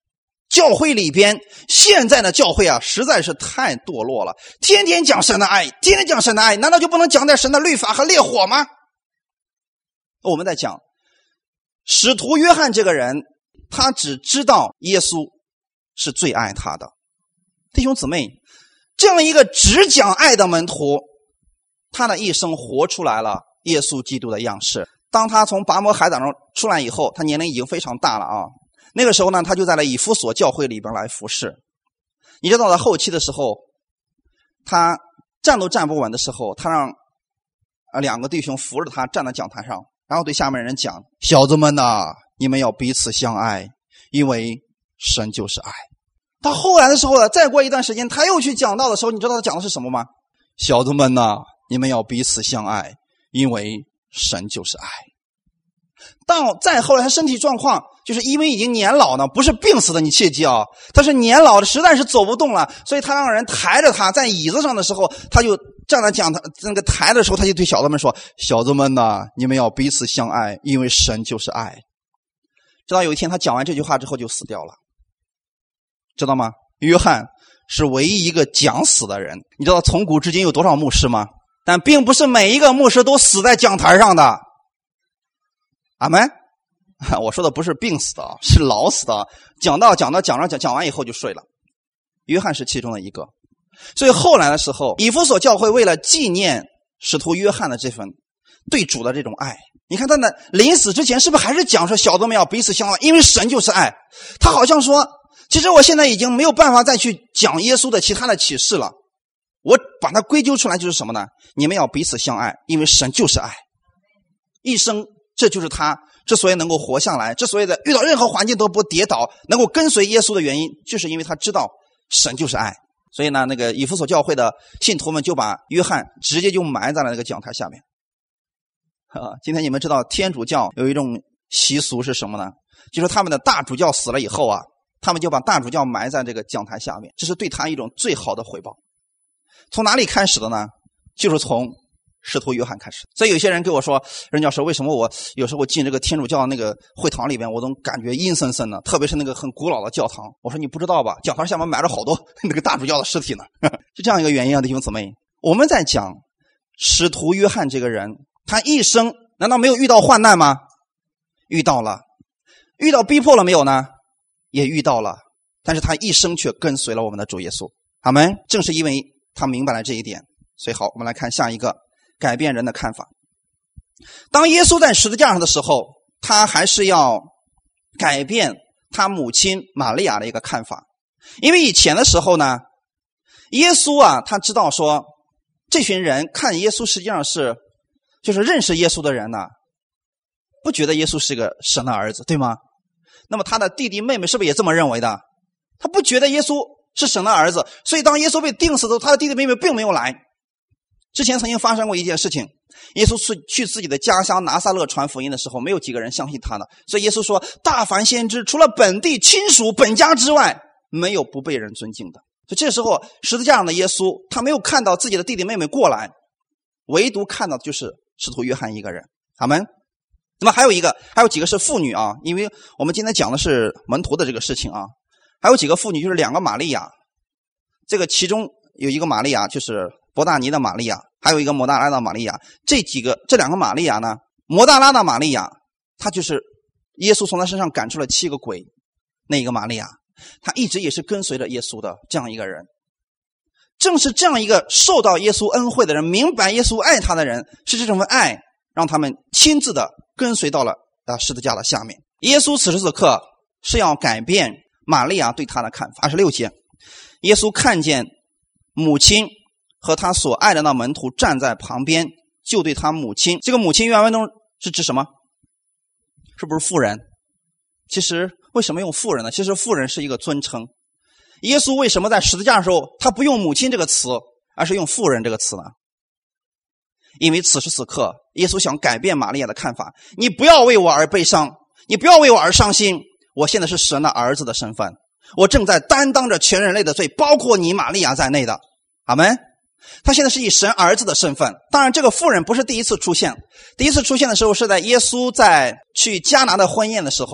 教会里边，现在的教会啊，实在是太堕落了，天天讲神的爱，天天讲神的爱，难道就不能讲点神的律法和烈火吗？我们在讲使徒约翰这个人，他只知道耶稣是最爱他的。弟兄姊妹，这样一个只讲爱的门徒，他的一生活出来了耶稣基督的样式。当他从拔摩海岛上出来以后，他年龄已经非常大了啊。那个时候呢，他就在了以弗所教会里边来服侍。你知道到了后期的时候，他站都站不稳的时候，他让啊两个弟兄扶着他站在讲台上，然后对下面人讲：小子们呐，你们要彼此相爱，因为神就是爱。到后来的时候呢，再过一段时间他又去讲道的时候，你知道他讲的是什么吗？小子们呐，你们要彼此相爱，因为神就是爱。到再后来他身体状况，就是因为已经年老呢，不是病死的，你切记啊，他是年老的，实在是走不动了，所以他让人抬着他在椅子上的时候，他就站在讲台那个抬的时候，他就对小子们说：小子们呐，你们要彼此相爱，因为神就是爱。直到有一天他讲完这句话之后就死掉了，知道吗？约翰是唯一一个讲死的人。你知道从古至今有多少牧师吗？但并不是每一个牧师都死在讲台上的。阿们，我说的不是病死的，是老死的。讲到讲到讲到讲讲完以后就睡了。约翰是其中的一个。所以后来的时候，以弗所教会为了纪念使徒约翰的这份对主的这种爱，你看他的临死之前是不是还是讲说小子们要彼此相爱，因为神就是爱。他好像说，其实我现在已经没有办法再去讲耶稣的其他的启示了，我把它归咎出来就是什么呢？你们要彼此相爱，因为神就是爱。一生，这就是他之所以能够活下来，之所以在遇到任何环境都不跌倒，能够跟随耶稣的原因，就是因为他知道神就是爱。所以呢，那个以弗所教会的信徒们就把约翰直接就埋在了那个讲台下面。啊，今天你们知道天主教有一种习俗是什么呢？就是他们的大主教死了以后啊，他们就把大主教埋在这个讲台下面，这是对他一种最好的回报。从哪里开始的呢？就是从使徒约翰开始。所以有些人跟我说，任教授，为什么我有时候进这个天主教那个会堂里边，我总感觉阴森森的，特别是那个很古老的教堂。我说你不知道吧，讲堂下面埋着好多那个大主教的尸体呢。就这样一个原因啊，弟兄姊妹，我们在讲使徒约翰这个人，他一生难道没有遇到患难吗？遇到了。遇到逼迫了没有呢？也遇到了。但是他一生却跟随了我们的主耶稣。阿们。正是因为他明白了这一点，所以好，我们来看下一个改变人的看法。当耶稣在十字架上的时候，他还是要改变他母亲玛利亚的一个看法。因为以前的时候呢，耶稣啊，他知道说这群人看耶稣实际上是就是认识耶稣的人呢、啊，不觉得耶稣是个神的儿子，对吗？那么他的弟弟妹妹是不是也这么认为的？他不觉得耶稣是神的儿子，所以当耶稣被钉死的时候，他的弟弟妹妹并没有来。之前曾经发生过一件事情，耶稣去去自己的家乡拿撒勒传福音的时候，没有几个人相信他的，所以耶稣说，大凡先知除了本地亲属本家之外，没有不被人尊敬的。所以这时候十字架上的耶稣，他没有看到自己的弟弟妹妹过来，唯独看到的就是使徒约翰一个人。阿们。那么还有一个还有几个是妇女啊，因为我们今天讲的是门徒的这个事情啊，还有几个妇女，就是两个玛利亚。这个其中有一个玛利亚就是伯大尼的玛利亚，还有一个摩大拉的玛利亚。这几个这两个玛利亚呢，摩大拉的玛利亚，她就是耶稣从她身上赶出了七个鬼那一个玛利亚，她一直也是跟随着耶稣的这样一个人。正是这样一个受到耶稣恩惠的人，明白耶稣爱他的人，是这种爱让他们亲自的跟随到了啊十字架的下面。耶稣此时此刻是要改变玛利亚对他的看法。二十六节，耶稣看见母亲和他所爱的那门徒站在旁边，就对他母亲，这个母亲原文中是指什么？是不是妇人？其实为什么用妇人呢？其实妇人是一个尊称。耶稣为什么在十字架的时候他不用母亲这个词，而是用妇人这个词呢？因为此时此刻耶稣想改变玛利亚的看法，你不要为我而悲伤，你不要为我而伤心，我现在是神的儿子的身份，我正在担当着全人类的罪，包括你玛利亚在内的。阿们。他现在是以神儿子的身份。当然这个妇人不是第一次出现，第一次出现的时候是在耶稣在去迦拿的婚宴的时候，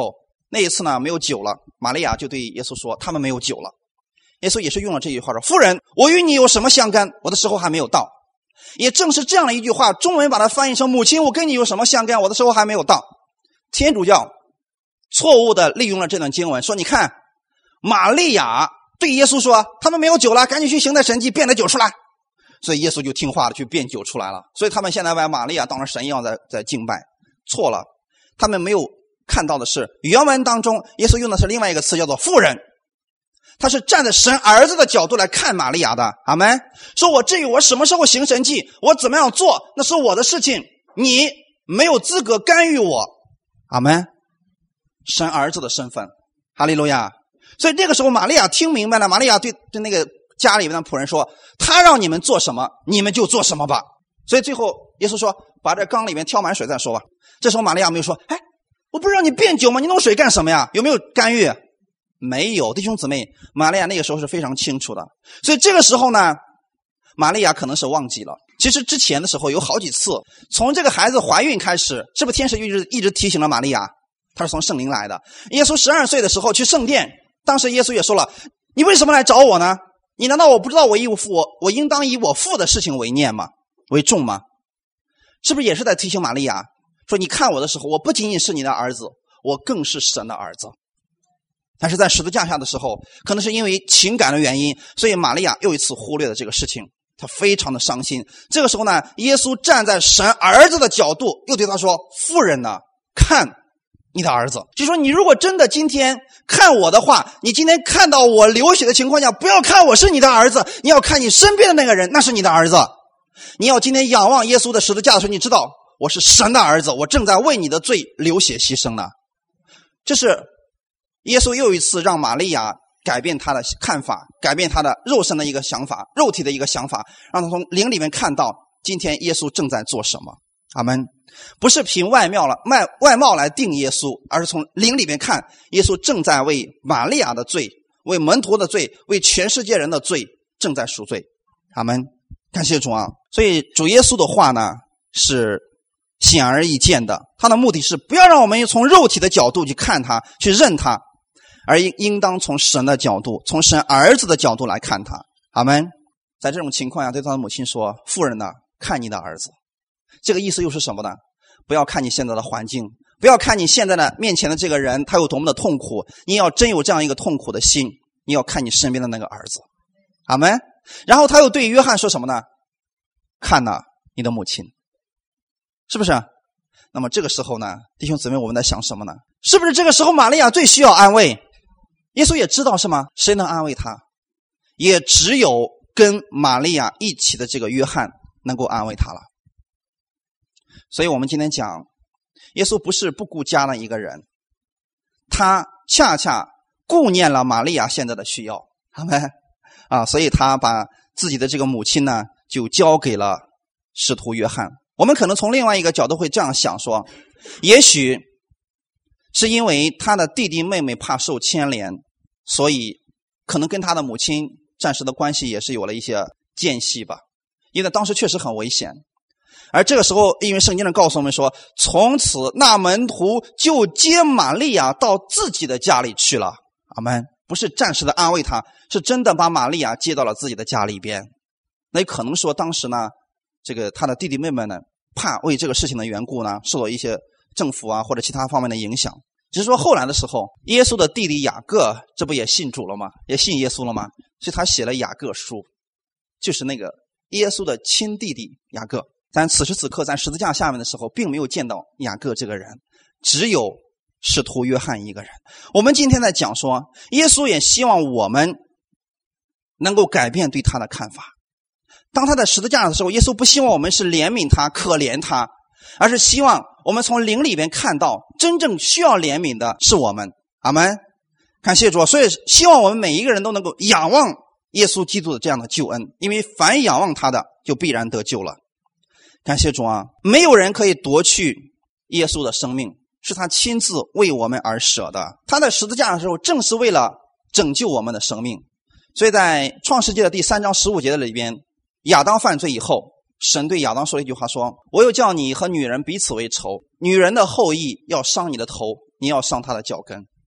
那一次呢没有酒了，玛利亚就对耶稣说他们没有酒了。耶稣也是用了这句话说，夫人，我与你有什么相干，我的时候还没有到。也正是这样的一句话，中文把它翻译成母亲，我跟你有什么相干，我的时候还没有到。天主教错误的利用了这段经文，说你看玛利亚对耶稣说他们没有酒了，赶紧去行点神迹变点酒出来。所以耶稣就听话的去变酒出来了。所以他们现在把玛利亚当成神一样在在敬拜，错了。他们没有看到的是原文当中耶稣用的是另外一个词叫做妇人，他是站在神儿子的角度来看玛利亚的。阿们。说我至于我什么时候行神迹，我怎么样做，那是我的事情，你没有资格干预我。阿们。神儿子的身份，哈利路亚。所以这个时候玛利亚听明白了，玛利亚对对那个家里面的仆人说，他让你们做什么你们就做什么吧。所以最后耶稣说把这缸里面挑满水再说吧。这时候玛利亚没有说，哎，我不是让你变酒吗？你弄水干什么呀？有没有干预？没有。弟兄姊妹，玛利亚那个时候是非常清楚的。所以这个时候呢，玛利亚可能是忘记了，其实之前的时候有好几次，从这个孩子怀孕开始，是不是天使一直一直提醒了玛利亚，他是从圣灵来的。耶稣十二岁的时候去圣殿，当时耶稣也说了，你为什么来找我呢？你难道我不知道我以我父我我应当以我父的事情为念吗？为重吗？是不是也是在提醒玛利亚说，你看我的时候，我不仅仅是你的儿子，我更是神的儿子。但是在十字架下的时候，可能是因为情感的原因，所以玛利亚又一次忽略了这个事情，她非常的伤心。这个时候呢，耶稣站在神儿子的角度，又对他说，妇人呢，看你的儿子。就说你如果真的今天看我的话，你今天看到我流血的情况下，不要看我是你的儿子，你要看你身边的那个人，那是你的儿子。你要今天仰望耶稣的十字架的时候，你知道我是神的儿子，我正在为你的罪流血牺牲呢。这是耶稣又一次让玛利亚改变他的看法，改变他的肉身的一个想法，肉体的一个想法，让他从灵里面看到今天耶稣正在做什么。阿们。不是凭外貌了外外貌来定耶稣，而是从灵里面看耶稣正在为玛利亚的罪，为门徒的罪，为全世界人的罪正在赎罪。阿们。感谢主啊。所以主耶稣的话呢是显而易见的，他的目的是不要让我们从肉体的角度去看他，去认他，而应当从神的角度，从神儿子的角度来看他。阿们。在这种情况下对他的母亲说，妇人呢，看你的儿子。这个意思又是什么呢？不要看你现在的环境，不要看你现在的面前的这个人他有多么的痛苦，你要真有这样一个痛苦的心，你要看你身边的那个儿子。阿们。然后他又对约翰说什么呢？看哪，你的母亲。是不是？那么这个时候呢，弟兄姊妹，我们在想什么呢？是不是这个时候玛利亚最需要安慰？耶稣也知道是吗？谁能安慰他？也只有跟玛利亚一起的这个约翰能够安慰他了。所以我们今天讲，耶稣不是不顾家的一个人，他恰恰顾念了玛利亚现在的需要。阿们。啊，所以他把自己的这个母亲呢就交给了使徒约翰。我们可能从另外一个角度会这样想说，也许是因为他的弟弟妹妹怕受牵连，所以可能跟他的母亲暂时的关系也是有了一些间隙吧，因为当时确实很危险。而这个时候因为圣经上告诉我们说，从此那门徒就接玛利亚到自己的家里去了。阿们。不是暂时的安慰他，是真的把玛利亚接到了自己的家里边。那也可能说当时呢，这个他的弟弟妹妹呢怕为这个事情的缘故呢受到一些政府啊或者其他方面的影响。只是说后来的时候，耶稣的弟弟雅各这不也信主了吗？也信耶稣了吗？所以他写了雅各书，就是那个耶稣的亲弟弟雅各。但此时此刻在十字架下面的时候并没有见到雅各这个人，只有使徒约翰一个人。我们今天在讲说，耶稣也希望我们能够改变对他的看法。当他在十字架的时候，耶稣不希望我们是怜悯他可怜他，而是希望我们从灵里边看到真正需要怜悯的是我们。阿们。感谢主。所以希望我们每一个人都能够仰望耶稣基督的这样的救恩，因为凡仰望他的就必然得救了。感谢主啊。没有人可以夺去耶稣的生命，是他亲自为我们而舍的。他在十字架的时候正是为了拯救我们的生命。所以在创世纪的第三章十五节的里边，亚当犯罪以后，神对亚当说了一句话说，我又叫你和女人彼此为仇，女人的后裔要伤你的头，你要伤她的脚跟。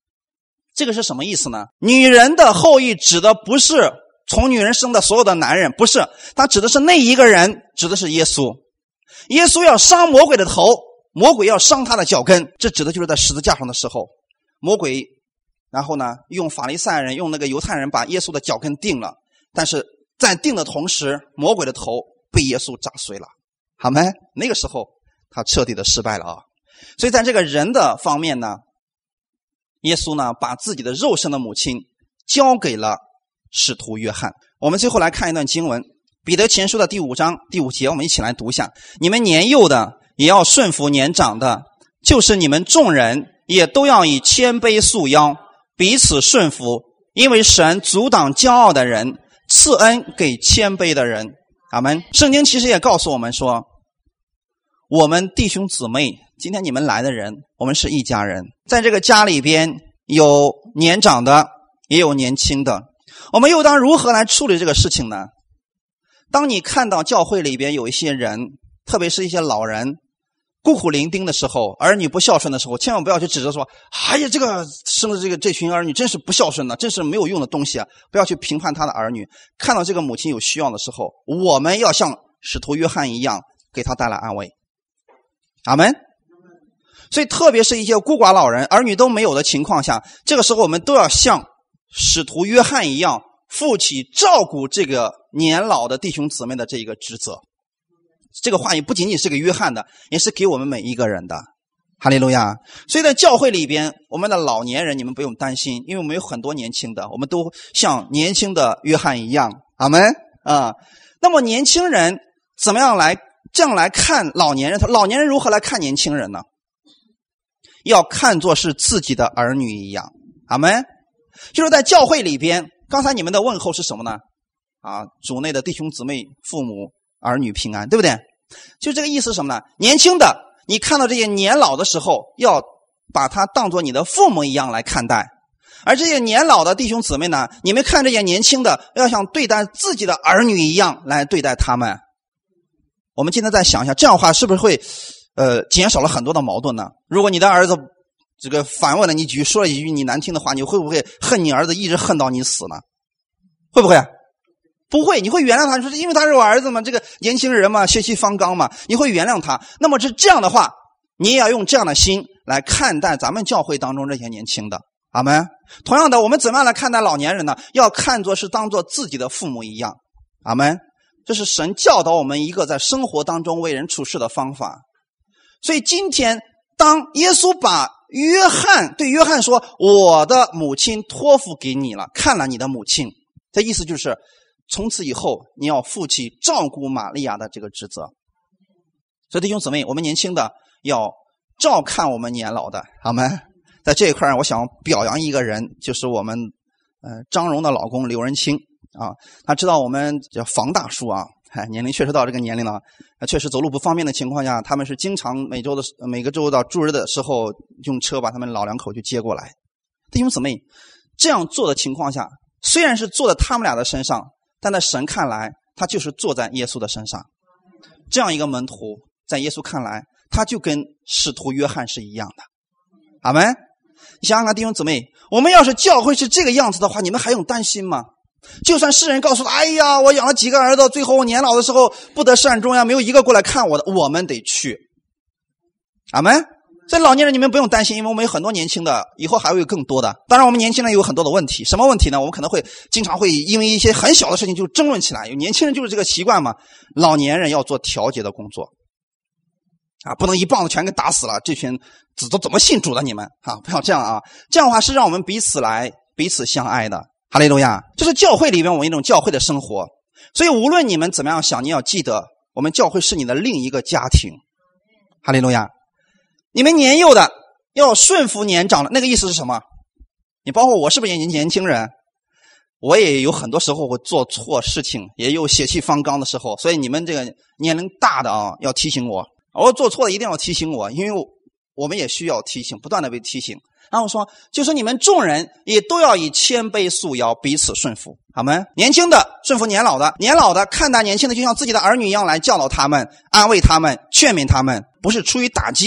这个是什么意思呢？女人的后裔指的不是从女人生的所有的男人，不是，它指的是那一个人，指的是耶稣。耶稣要伤魔鬼的头，魔鬼要伤他的脚跟，这指的就是在十字架上的时候，魔鬼然后呢用法利赛人用那个犹太人把耶稣的脚跟定了，但是在定的同时，魔鬼的头被耶稣砸碎了。好没？那个时候他彻底的失败了啊！所以在这个人的方面呢，耶稣呢把自己的肉身的母亲交给了使徒约翰。我们最后来看一段经文，彼得前书的第五章第五节，我们一起来读一下。你们年幼的也要顺服年长的，就是你们众人也都要以谦卑束腰，彼此顺服，因为神阻挡骄傲的人，赐恩给谦卑的人。阿们。圣经其实也告诉我们说，我们弟兄姊妹，今天你们来的人，我们是一家人，在这个家里边有年长的也有年轻的，我们又当如何来处理这个事情呢？当你看到教会里边有一些人，特别是一些老人孤苦伶仃的时候，儿女不孝顺的时候，千万不要去指责说，哎呀，这个生的这个这群儿女真是不孝顺的，真是没有用的东西啊！不要去评判他的儿女。看到这个母亲有需要的时候，我们要像使徒约翰一样给他带来安慰。阿们。所以特别是一些孤寡老人儿女都没有的情况下，这个时候我们都要像使徒约翰一样负起照顾这个年老的弟兄姊妹的这一个职责。这个话语不仅仅是给约翰的，也是给我们每一个人的。哈利路亚。所以在教会里边，我们的老年人你们不用担心，因为我们有很多年轻的，我们都像年轻的约翰一样。阿们啊。那么年轻人怎么样来这样来看老年人？老年人如何来看年轻人呢？要看作是自己的儿女一样。阿们。就是在教会里边，刚才你们的问候是什么呢？啊，主内的弟兄姊妹、父母、儿女平安，对不对？就这个意思是什么呢？年轻的，你看到这些年老的时候，要把他当作你的父母一样来看待；而这些年老的弟兄姊妹呢，你们看这些年轻的，要像对待自己的儿女一样来对待他们。我们今天再想一下，这样的话是不是会呃减少了很多的矛盾呢？如果你的儿子这个反问了你几句，说了一句你难听的话，你会不会恨你儿子一直恨到你死呢？会不会？不会，你会原谅他，说因为他是我儿子嘛，这个年轻人嘛，血气方刚嘛，你会原谅他。那么是这样的话，你也要用这样的心来看待咱们教会当中这些年轻的。阿们。同样的，我们怎么样来看待老年人呢？要看作是当作自己的父母一样。阿们。这是神教导我们一个在生活当中为人处事的方法。所以今天当耶稣把约翰对约翰说，我的母亲托付给你了，看了你的母亲，这意思就是从此以后你要负起照顾玛利亚的这个职责。所以弟兄姊妹，我们年轻的要照看我们年老的。阿们。在这一块我想表扬一个人，就是我们呃张荣的老公刘仁清啊，他知道我们叫房大叔啊，哎，年龄确实到这个年龄了，确实走路不方便的情况下，他们是经常每周的每个周到周日的时候用车把他们老两口就接过来。弟兄姊妹，这样做的情况下，虽然是坐在他们俩的身上，但在神看来，他就是坐在耶稣的身上。这样一个门徒，在耶稣看来，他就跟使徒约翰是一样的。阿们。你想想看，弟兄姊妹，我们要是教会是这个样子的话，你们还用担心吗？就算世人告诉他，哎呀，我养了几个儿子，最后我年老的时候不得善终呀，没有一个过来看我的，我们得去。阿们。所以老年人你们不用担心，因为我们有很多年轻的，以后还会有更多的。当然我们年轻人有很多的问题，什么问题呢？我们可能会经常会因为一些很小的事情就争论起来，有年轻人就是这个习惯嘛。老年人要做调节的工作啊，不能一棒子全给打死了，这群子都怎么信主的你们啊？不要这样啊！这样的话是让我们彼此来彼此相爱的。哈利路亚。这是教会里面我们一种教会的生活。所以无论你们怎么样想，你要记得我们教会是你的另一个家庭。哈利路亚。你们年幼的要顺服年长的，那个意思是什么？你包括我是不是也年轻人？我也有很多时候会做错事情，也有血气方刚的时候，所以你们这个年龄大的啊，要提醒我，我做错了一定要提醒我，因为我们也需要提醒，不断的被提醒。然后说，就说你们众人也都要以谦卑束腰，彼此顺服。好吗？年轻的顺服年老的，年老的看待年轻的就像自己的儿女一样来教导他们，安慰他们，劝勉他们，不是出于打击，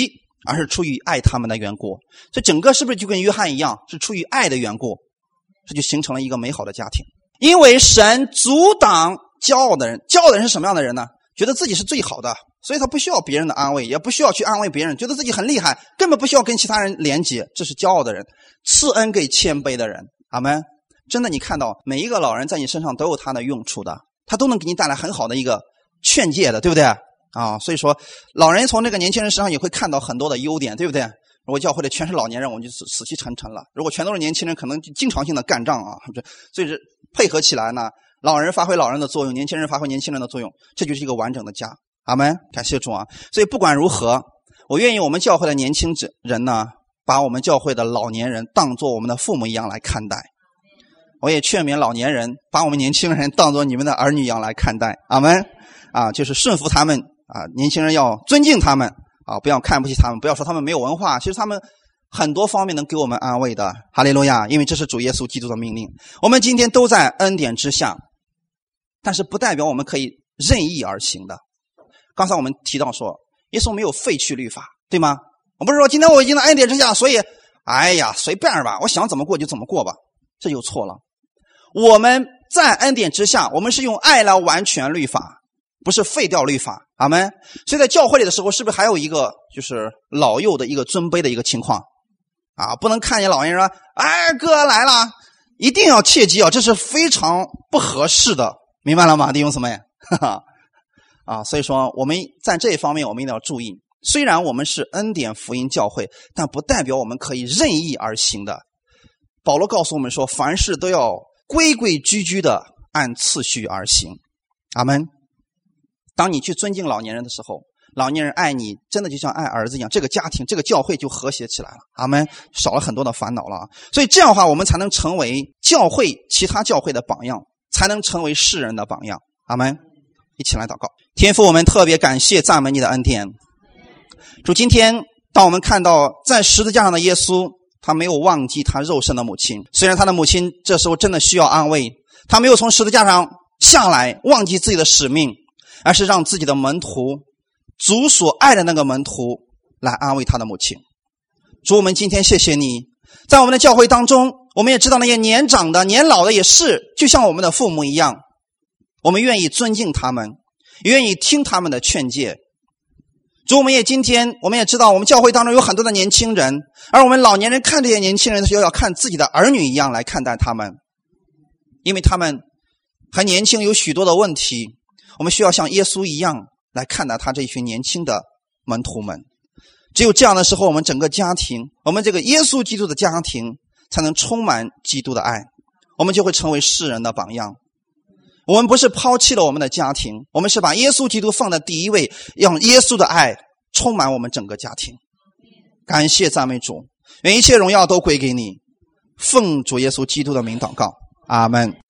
而是出于爱他们的缘故。这整个是不是就跟约翰一样，是出于爱的缘故，这就形成了一个美好的家庭。因为神阻挡骄傲的人，骄傲的人是什么样的人呢？觉得自己是最好的，所以他不需要别人的安慰，也不需要去安慰别人，觉得自己很厉害，根本不需要跟其他人连接，这是骄傲的人。赐恩给谦卑的人，阿们。真的，你看到每一个老人在你身上都有他的用处的，他都能给你带来很好的一个劝诫的，对不对啊？所以说老人从这个年轻人身上也会看到很多的优点，对不对？如果教会里全是老年人，我们就死死气沉沉了；如果全都是年轻人，可能就经常性的干仗啊。所以是配合起来呢，老人发挥老人的作用，年轻人发挥年轻人的作用，这就是一个完整的家。阿们，感谢主啊！所以不管如何，我愿意我们教会的年轻人呢，把我们教会的老年人当作我们的父母一样来看待。我也劝勉老年人把我们年轻人当作你们的儿女一样来看待。阿们啊，就是顺服他们啊，年轻人要尊敬他们啊，不要看不起他们，不要说他们没有文化，其实他们很多方面能给我们安慰的。哈利路亚！因为这是主耶稣基督的命令。我们今天都在恩典之下，但是不代表我们可以任意而行的。刚才我们提到说耶稣没有废去律法，对吗？我不是说今天我已经在恩典之下，所以哎呀随便吧，我想怎么过就怎么过吧，这就错了。我们在恩典之下，我们是用爱来完全律法，不是废掉律法。阿们。所以在教会里的时候，是不是还有一个就是老幼的一个尊卑的一个情况啊？不能看见老年人说哎哥来了，一定要切记啊，这是非常不合适的，明白了吗弟兄姊妹？哈哈啊，所以说我们在这一方面我们一定要注意。虽然我们是恩典福音教会，但不代表我们可以任意而行的。保罗告诉我们说，凡事都要规规矩矩的按次序而行。阿们。当你去尊敬老年人的时候，老年人爱你真的就像爱儿子一样，这个家庭这个教会就和谐起来了。阿们，少了很多的烦恼了。所以这样的话我们才能成为教会其他教会的榜样，才能成为世人的榜样。阿们。一起来祷告。天父，我们特别感谢赞美你的恩典。主，今天当我们看到在十字架上的耶稣，他没有忘记他肉身的母亲，虽然他的母亲这时候真的需要安慰，他没有从十字架上下来忘记自己的使命，而是让自己的门徒，主所爱的那个门徒来安慰他的母亲。主，我们今天谢谢你，在我们的教会当中，我们也知道那些年长的年老的也是就像我们的父母一样，我们愿意尊敬他们，愿意听他们的劝诫。主，我们也今天我们也知道我们教会当中有很多的年轻人，而我们老年人看这些年轻人的时候，要看自己的儿女一样来看待他们，因为他们还年轻，有许多的问题，我们需要像耶稣一样来看待他这一群年轻的门徒们。只有这样的时候，我们整个家庭，我们这个耶稣基督的家庭才能充满基督的爱，我们就会成为世人的榜样。我们不是抛弃了我们的家庭，我们是把耶稣基督放在第一位，让耶稣的爱充满我们整个家庭。感谢赞美主，愿一切荣耀都归给你，奉主耶稣基督的名祷告，阿们。